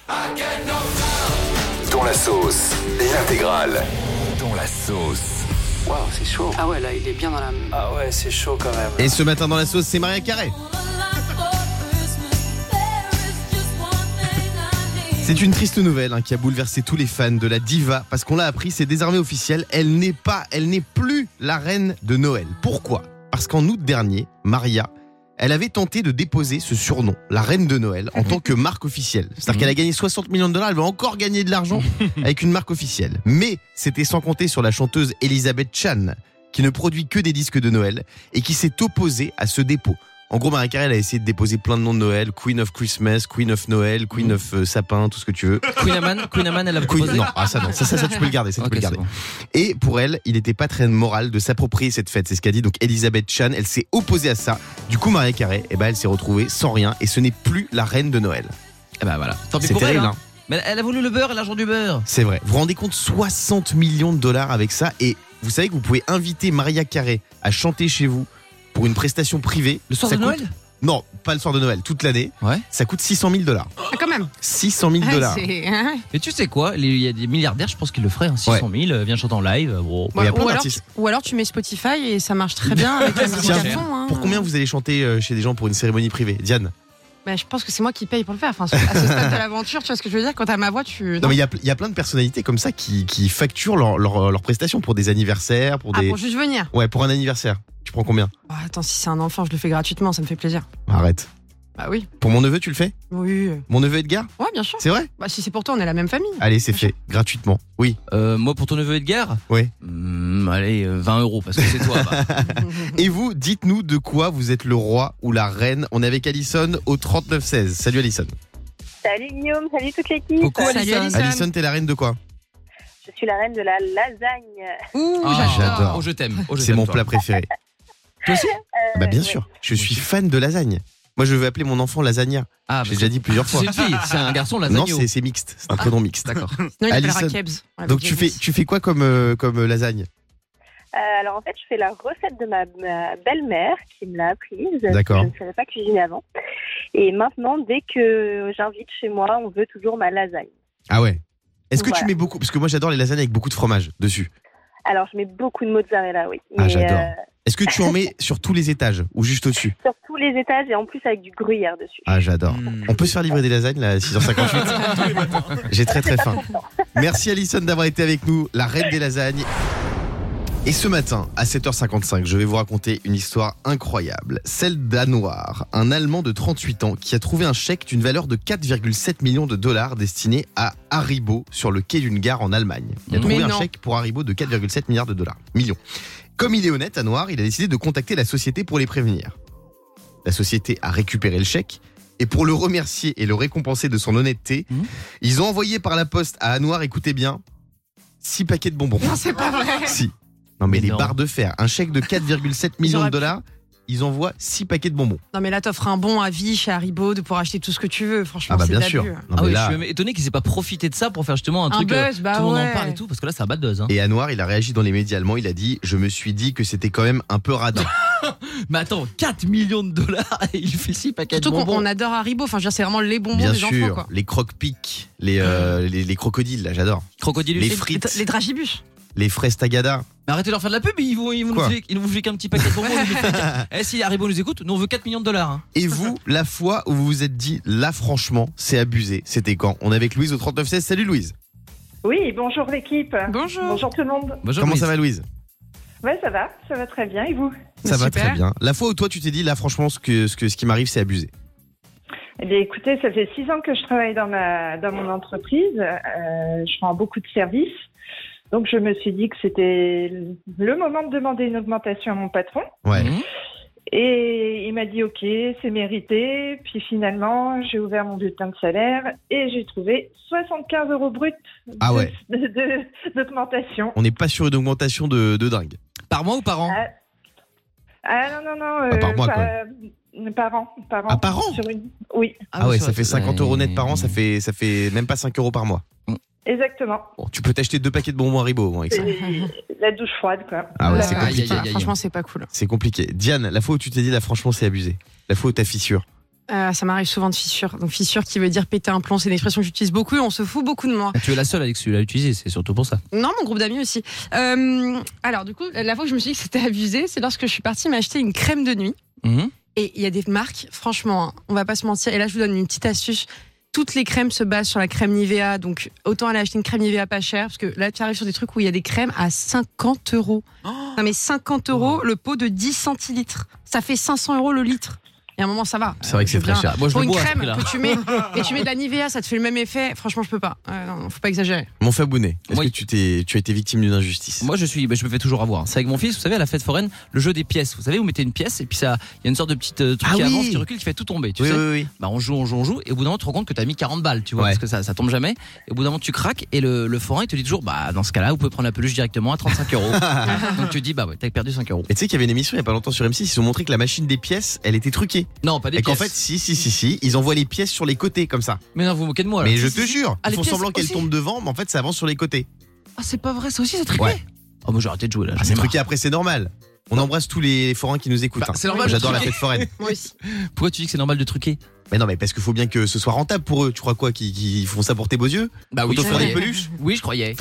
Dans la sauce, l'intégrale. Dans la sauce. Waouh, c'est chaud. Ah ouais, là, il est bien dans la... Ah ouais, c'est chaud quand même. Et ce matin dans la sauce, c'est Mariah Carey. C'est une triste nouvelle qui a bouleversé tous les fans de la diva parce qu'on l'a appris, c'est désormais officiel, elle n'est plus la reine de Noël. Pourquoi ? Parce qu'en août dernier, Maria, elle avait tenté de déposer ce surnom, la reine de Noël, en tant que marque officielle. C'est-à-dire qu'elle a gagné 60 millions de dollars, elle va encore gagner de l'argent avec une marque officielle. Mais c'était sans compter sur la chanteuse Elizabeth Chan, qui ne produit que des disques de Noël et qui s'est opposée à ce dépôt. En gros, Mariah Carey, elle a essayé de déposer plein de noms de Noël, Queen of Christmas, Queen of Noël, Queen of Sapin, tout ce que tu veux. Queen Amman, elle a proposé. Non, ça non, ça tu peux le garder, tu peux le garder. Bon. Et pour elle, il n'était pas très moral de s'approprier cette fête, c'est ce qu'a dit donc Elizabeth Chan, elle s'est opposée à ça. Du coup, Mariah Carey, elle s'est retrouvée sans rien et ce n'est plus la reine de Noël. Et ben voilà. Tant pis C'est pour terrible, elle, hein. Mais elle a voulu le beurre et l'argent du beurre. C'est vrai. Vous vous rendez compte, 60 millions de dollars avec ça et vous savez que vous pouvez inviter Mariah Carey à chanter chez vous pour une prestation privée. Le soir Ça de coûte... Noël ? Non, pas le soir de Noël, toute l'année. Ouais. Ça coûte 600 000 dollars. Ah, quand même. 600 000 dollars. Et tu sais quoi ? Il y a des milliardaires, je pense qu'ils le feraient. 600 000, viens chanter en live. Bon. Il y a plein ou, alors, d'artistes. ou alors tu mets Spotify et ça marche très bien avec la musique Tiens, à fond. Hein. Pour combien vous allez chanter chez des gens pour une cérémonie privée, Diane? Bah, je pense que c'est moi qui paye pour le faire. Enfin, à ce stade de l'aventure, tu vois ce que je veux dire ? Quand t'as ma voix, tu. Non, mais il y a plein de personnalités comme ça qui facturent leurs prestations pour des anniversaires, pour des. Pour juste venir. Ouais, pour un anniversaire. Tu prends combien? Bah, attends, si c'est un enfant, je le fais gratuitement, ça me fait plaisir. Arrête. Bah oui. Pour mon neveu, tu le fais? Oui. Mon neveu Edgar? Ouais, bien sûr. C'est vrai? Bah, si c'est pour toi, on est la même famille. Allez, c'est fait, gratuitement. Oui. Moi, pour ton neveu Edgar ? Oui. Allez, 20 € parce que c'est toi. Bah. Et vous, dites-nous de quoi vous êtes le roi ou la reine. On est avec Alison au 3916. Salut Alison. Salut Guillaume, salut toute l'équipe. Coucou Salut, Alison. Alison, t'es la reine de quoi? Je suis la reine de la lasagne. Ouh, j'adore. Oh, je t'aime. C'est mon plat préféré. Toi aussi ? Bah bien sûr, je suis fan de lasagne. Moi, je vais appeler mon enfant Lasagna. Ah, J'ai déjà dit plusieurs fois. C'est une fille, c'est un garçon Non, lasagno. c'est mixte. C'est un prénom mixte. D'accord. Sinon, il appellera Alison. Kebs. Ouais, Donc avec tu fais quoi comme lasagne? Alors en fait, je fais la recette de ma belle-mère qui me l'a apprise. D'accord. Je ne savais pas cuisiner avant. Et maintenant, dès que j'invite chez moi, on veut toujours ma lasagne. Ah ouais. Est-ce que tu Voilà. mets beaucoup? Parce que moi, j'adore les lasagnes avec beaucoup de fromage dessus. Alors, je mets beaucoup de mozzarella, oui. Ah, Mais, j'adore. Est-ce que tu en mets sur tous les étages ou juste au-dessus? sur tous les étages et en plus avec du gruyère dessus. Ah, j'adore. On peut se faire livrer des lasagnes là à 6h58. J'ai très très faim. Merci Alison d'avoir été avec nous, la reine des lasagnes. Et ce matin, à 7h55, je vais vous raconter une histoire incroyable. Celle d'Anouar, un Allemand de 38 ans qui a trouvé un chèque d'une valeur de 4,7 millions de dollars destiné à Haribo sur le quai d'une gare en Allemagne. Il a trouvé Mais un non. chèque pour Haribo de 4,7 milliards de dollars. Millions. Comme il est honnête, Anouar, il a décidé de contacter la société pour les prévenir. La société a récupéré le chèque et pour le remercier et le récompenser de son honnêteté, ils ont envoyé par la poste à Anouar, écoutez bien, 6 paquets de bonbons. Non, c'est pas vrai. Si. Non mais Mais les non. barres de fer, un chèque de 4,7 millions de auraient pu. dollars, ils envoient 6 paquets de bonbons. Non, mais là, t'offres un bon à vie chez Haribo pour acheter tout ce que tu veux. Franchement, Ah bah c'est bien de sûr. l'abus. Non, Ah mais oui, là- je suis même étonné qu'ils aient pas profité de ça pour faire justement un Un truc. buzz, bah tout le monde ouais. en parle et tout, parce que là, c'est un bad buzz. Hein. Et Anouar, il a réagi dans les médias allemands, il a dit « Je me suis dit que c'était quand même un peu radin. Mais attends, 4 millions de dollars et il fait 6 paquets Surtout de bonbons. qu'on adore Haribo. Enfin, je veux dire, c'est vraiment les » bonbons Bien des enfants, sûr, quoi. les croque-pics, les crocodiles, là j'adore. Crocodile. Les Les frites. Les dragibus. Les fraises Tagada. Mais arrêtez de leur faire de la pub, ils vont nous Quoi filer qu'un petit paquet de bonbons. Si Haribo nous écoute, nous on veut 4 millions de dollars. Hein. Et vous, la fois où vous vous êtes dit « Là franchement, c'est abusé », c'était quand? On est avec Louise au 3916. Salut Louise. Oui, bonjour l'équipe. Bonjour. Bonjour tout le monde. Bonjour, Comment Louise. ça va Louise? Ouais, ça va très bien. Et vous? Ça va Super. très bien. La fois où toi tu t'es dit « Là franchement, ce qui m'arrive c'est abusé ». Eh bien, écoutez, ça fait 6 ans que je travaille dans mon entreprise. Je rends beaucoup de services. Donc, je me suis dit que c'était le moment de demander une augmentation à mon patron. Ouais. Mmh. Et il m'a dit, OK, c'est mérité. Puis finalement, j'ai ouvert mon bulletin de salaire et j'ai trouvé 75 € brut Ah ouais. d'augmentation. On n'est pas sur une augmentation de dingue. Par mois ou par an? Ah non. par mois, quoi. Par an. Ah, par an? Sur une... Oui, Ah ouais, ça fait vrai. 50 € net par an, ça fait même pas 5 € par mois. exactement. Bon, tu peux t'acheter 2 paquets de bonbons Haribo au moins avec ça. C'est la douche froide, quoi. Ah ouais, Ouais, c'est ouais, compliqué. aïe, aïe, aïe. Franchement, c'est pas cool. C'est compliqué. Diane, la fois où tu t'es dit là franchement c'est abusé. La fois où t'as fissure. Ça m'arrive souvent de fissure. Donc fissure qui veut dire péter un plomb, c'est une expression que j'utilise beaucoup et on se fout beaucoup de moi. Tu es la seule Alex, tu l'as utilisé, c'est surtout pour ça. Non, mon groupe d'amis aussi. Alors du coup, la fois que je me suis dit que c'était abusé, c'est lorsque je suis partie m'acheter une crème de nuit. Et il y a des marques, franchement, hein, on va pas se mentir. Et là, je vous donne une petite astuce. Toutes les crèmes se basent sur la crème Nivea, donc autant aller acheter une crème Nivea pas chère, parce que là tu arrives sur des trucs où il y a des crèmes à 50 €. Non mais 50 € le pot de 10 centilitres, ça fait 500 € le litre. Et à un moment ça va. C'est vrai que c'est très cher. Moi, je pour le une bois, crème là. que tu mets et tu mets de la Nivea, ça te fait le même effet. Franchement, je peux pas. Non, faut pas exagérer. Mon Fabounet, est-ce Oui. que tu as été victime d'une injustice? Moi, je me fais toujours avoir. C'est avec mon fils, vous savez, à la fête foraine, le jeu des pièces. Vous savez, vous mettez une pièce et puis ça, il y a une sorte de petite truc Ah qui oui. avance, qui recule, qui fait tout tomber. Tu Oui, sais. oui. Bah, on joue, et au bout d'un moment, tu te rends compte que t'as mis 40 balles, tu vois, Ouais. parce que ça tombe jamais. Et au bout d'un moment, tu craques et le forain, il te dit toujours, bah, dans ce cas-là, vous pouvez prendre la peluche directement à 35 €. Donc tu te dis, bah ouais, t'as perdu 5 €. Et tu sais qu'il y avait une émission il y a pas longtemps sur M6, ils ont montré que la machine des pièces, elle était truquée. Non, pas des Et qu'en pièces. fait, si, ils envoient les pièces sur les côtés comme ça. Mais non, vous vous moquez de moi, là. Mais je Si, te si, si. jure, Ah, ils les font pièces semblant qu'elles aussi. tombent devant, mais en fait, ça avance sur les côtés. Ah, c'est pas vrai, ça aussi, c'est truqué. Ouais. Oh, moi, j'ai arrêté de jouer, là. Ah, j'en ai c'est marre. truqué, après c'est normal. On embrasse tous les forains qui nous écoutent. Bah, hein. c'est normal, J'adore la truquer. fête foraine. Moi aussi. Pourquoi tu dis que c'est normal de truquer? Mais non, mais parce qu'il faut bien que ce soit rentable pour eux. Tu crois quoi, qu'ils font ça pour tes beaux yeux? Bah Pour oui, je t'offrir des croyais. peluches? Oui, je croyais.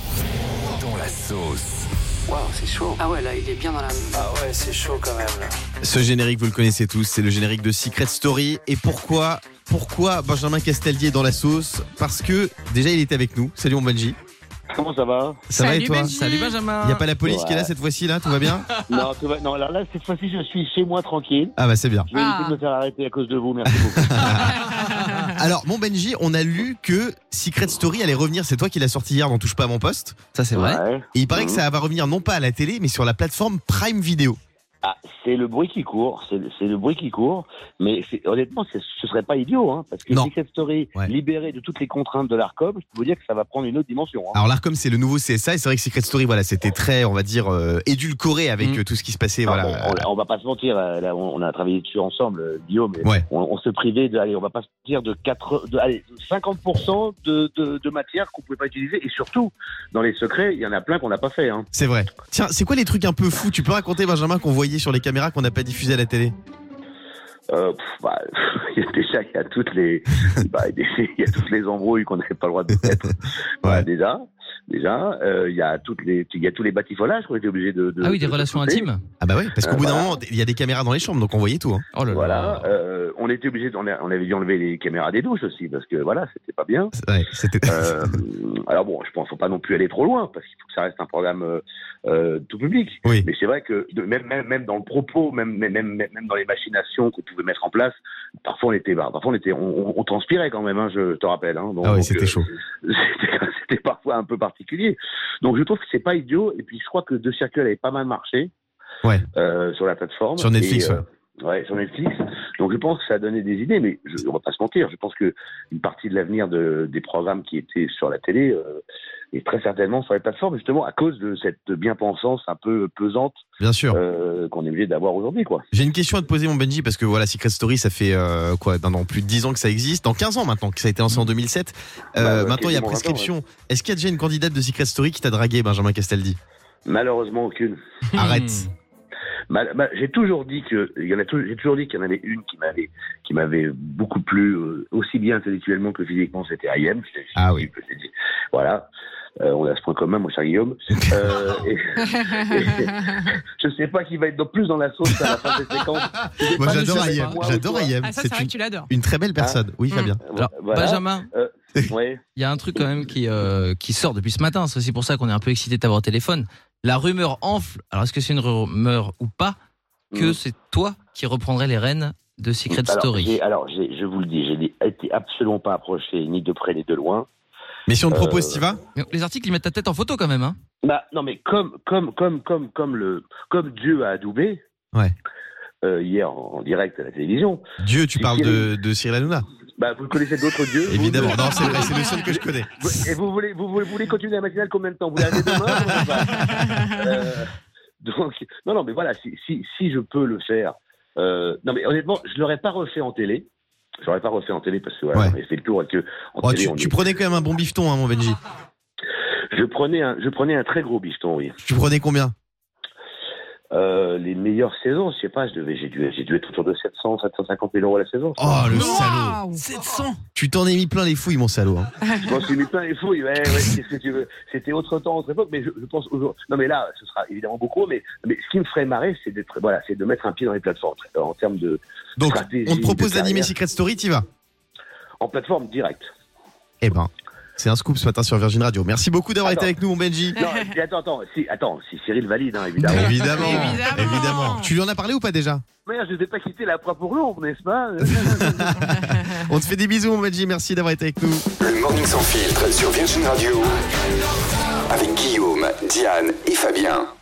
Dans la sauce. Waouh, c'est chaud. Ah ouais, là, il est bien dans la. Ah ouais, c'est chaud quand même là. Ce générique, vous le connaissez tous, c'est le générique de Secret Story. Et pourquoi Benjamin Castaldi est dans la sauce? Parce que déjà il était avec nous. Salut mon Benji. Comment ça va? Ça va et Salut, toi? Benji. Salut Benjamin. Il y a pas la police qui est là Ouais. cette fois-ci là? Tout va bien? Non, tout va. Non, alors là, cette fois-ci, je suis chez moi tranquille. Ah bah c'est bien. Je vais éviter de me faire arrêter à cause de vous. Merci beaucoup. Alors mon Benji, on a lu que Secret Story allait revenir. C'est toi qui l'as sorti hier dans Touche pas à mon poste. Ça, c'est vrai. Ouais. Et il paraît que ça va revenir non pas à la télé, mais sur la plateforme Prime Video. Ah, c'est le bruit qui court. C'est le bruit qui court. Mais honnêtement, ce serait pas idiot, hein, parce que Non. Secret Story, Ouais. libéré de toutes les contraintes de l'Arcom, je peux vous dire que ça va prendre une autre dimension. Hein. Alors l'Arcom c'est le nouveau CSA et c'est vrai que Secret Story voilà c'était très on va dire édulcoré avec tout ce qui se passait Enfin, voilà. bon, on va pas se mentir. Là, on a travaillé dessus ensemble, Guillaume. Mais Ouais. on se privait de, allez, on va pas se dire de 50% de matière qu'on pouvait pas utiliser. Et surtout, dans les secrets, il y en a plein qu'on n'a pas fait. Hein. C'est vrai. Tiens, c'est quoi les trucs un peu fous? Tu peux raconter Benjamin qu'on voyait sur les caméras qu'on n'a pas diffusé à la télé? Il y a déjà il y a toutes les il y a toutes les embrouilles qu'on n'avait pas le droit de mettre. Voilà, déjà il y a tous les batifolages qu'on était obligés de Ah oui, des relations couper. intimes. Ah bah oui, parce qu'au bout d'un voilà. moment, il y a des caméras dans les chambres, donc on voyait tout. Hein. Oh là là. Voilà, on était obligés, on avait dû enlever les caméras des douches aussi parce que voilà, c'était pas bien. Ouais, c'était. Alors bon, je pense faut pas non plus aller trop loin parce qu'il faut que ça reste un programme tout public. Oui. Mais c'est vrai que même dans le propos, même dans les machinations qu'on pouvait mettre en place, parfois on transpirait quand même. Hein, je te rappelle. Hein, Ah oui, c'était chaud. C'était parfois un peu particulier. Donc je trouve que c'est pas idiot. Et puis je crois que De Circle avait pas mal marché. Ouais. Sur la plateforme. Sur Netflix. Et, Ouais. Ouais, sur Netflix. Donc je pense que ça a donné des idées, mais on va pas se mentir. Je pense que une partie de l'avenir des programmes qui étaient sur la télé est très certainement sur les plateformes, justement à cause de cette bien-pensance un peu pesante Bien sûr. qu'on est obligé d'avoir aujourd'hui, quoi. J'ai une question à te poser, mon Benji, parce que voilà, Secret Story, ça fait dans plus de 10 ans que ça existe, dans 15 ans maintenant que ça a été lancé en 2007. Maintenant, il y a quasiment 20 ans, prescription. Est-ce qu'il y a déjà une candidate de Secret Story qui t'a dragué, Benjamin Castaldi? Malheureusement, aucune. Arrête. J'ai toujours dit qu'il y en avait une qui m'avait beaucoup plu, aussi bien intellectuellement que physiquement, c'était IM. Ah oui. Voilà. On a ce point commun, mon cher Guillaume. Je sais pas qui va être plus dans la sauce à la fin de cette séquence. Moi, Pas j'adore si c'est IM. moi ou J'adore toi. IM. Ah, ça, C'est c'est vrai que tu l'adores. une très belle personne. Oui, Fabien. Alors, Voilà. Benjamin, Ouais. il y a un truc quand même qui sort depuis ce matin. C'est aussi pour ça qu'on est un peu excité de t'avoir au téléphone. La rumeur enfle. Alors, est-ce que c'est une rumeur ou pas que c'est toi qui reprendrais les rênes de Secret Story? Je vous le dis, je n'ai été absolument pas approché ni de près ni de loin. Mais si on te propose, t'y vas? Mais les articles, ils mettent ta tête en photo quand même, hein. Non, mais comme Dieu a adoubé. Ouais. Hier en direct à la télévision. Dieu, tu parles de Cyril Hanouna? Vous connaissez d'autres dieux? Évidemment. Non, c'est vrai, c'est le seul que je connais. Et vous voulez continuer la matinale combien de temps? Vous l'avez demain? Donc, non, mais voilà, si je peux le faire. Non, mais honnêtement, je l'aurais pas refait en télé. Je l'aurais pas refait en télé parce que voilà, Ouais. on a fait le tour et que en Oh, télé, tu prenais quand même un bon bifton, hein, mon Benji. je prenais un très gros bifton, oui. Tu prenais combien? Les meilleures saisons, je sais pas, j'ai dû être autour de 700, 750 000 euros la saison. Oh, le salaud. 700. Tu t'en es mis plein les fouilles, mon salaud. Hein. Je m'en suis mis plein les fouilles. Ouais, qu'est-ce que tu veux. C'était autre temps, autre époque, mais je pense aujourd'hui. Non, mais là, ce sera évidemment beaucoup, mais ce qui me ferait marrer, c'est de mettre un pied dans les plateformes en termes de. Donc, stratégie, on te propose de d'animer carrière. Secret Story, t'y vas? En plateforme directe. Eh ben, c'est un scoop ce matin sur Virgin Radio. Merci beaucoup d'avoir été Attends. avec nous, mon Benji. Non, attends, si Cyril valide, hein, évidemment. Évidemment. Tu lui en as parlé ou pas déjà? Merde, je ne t'ai pas quitté la proie pour l'ombre, n'est-ce pas? On te fait des bisous, mon Benji. Merci d'avoir été avec nous. Le Morning Sans Filtre sur Virgin Radio avec Guillaume, Diane et Fabien.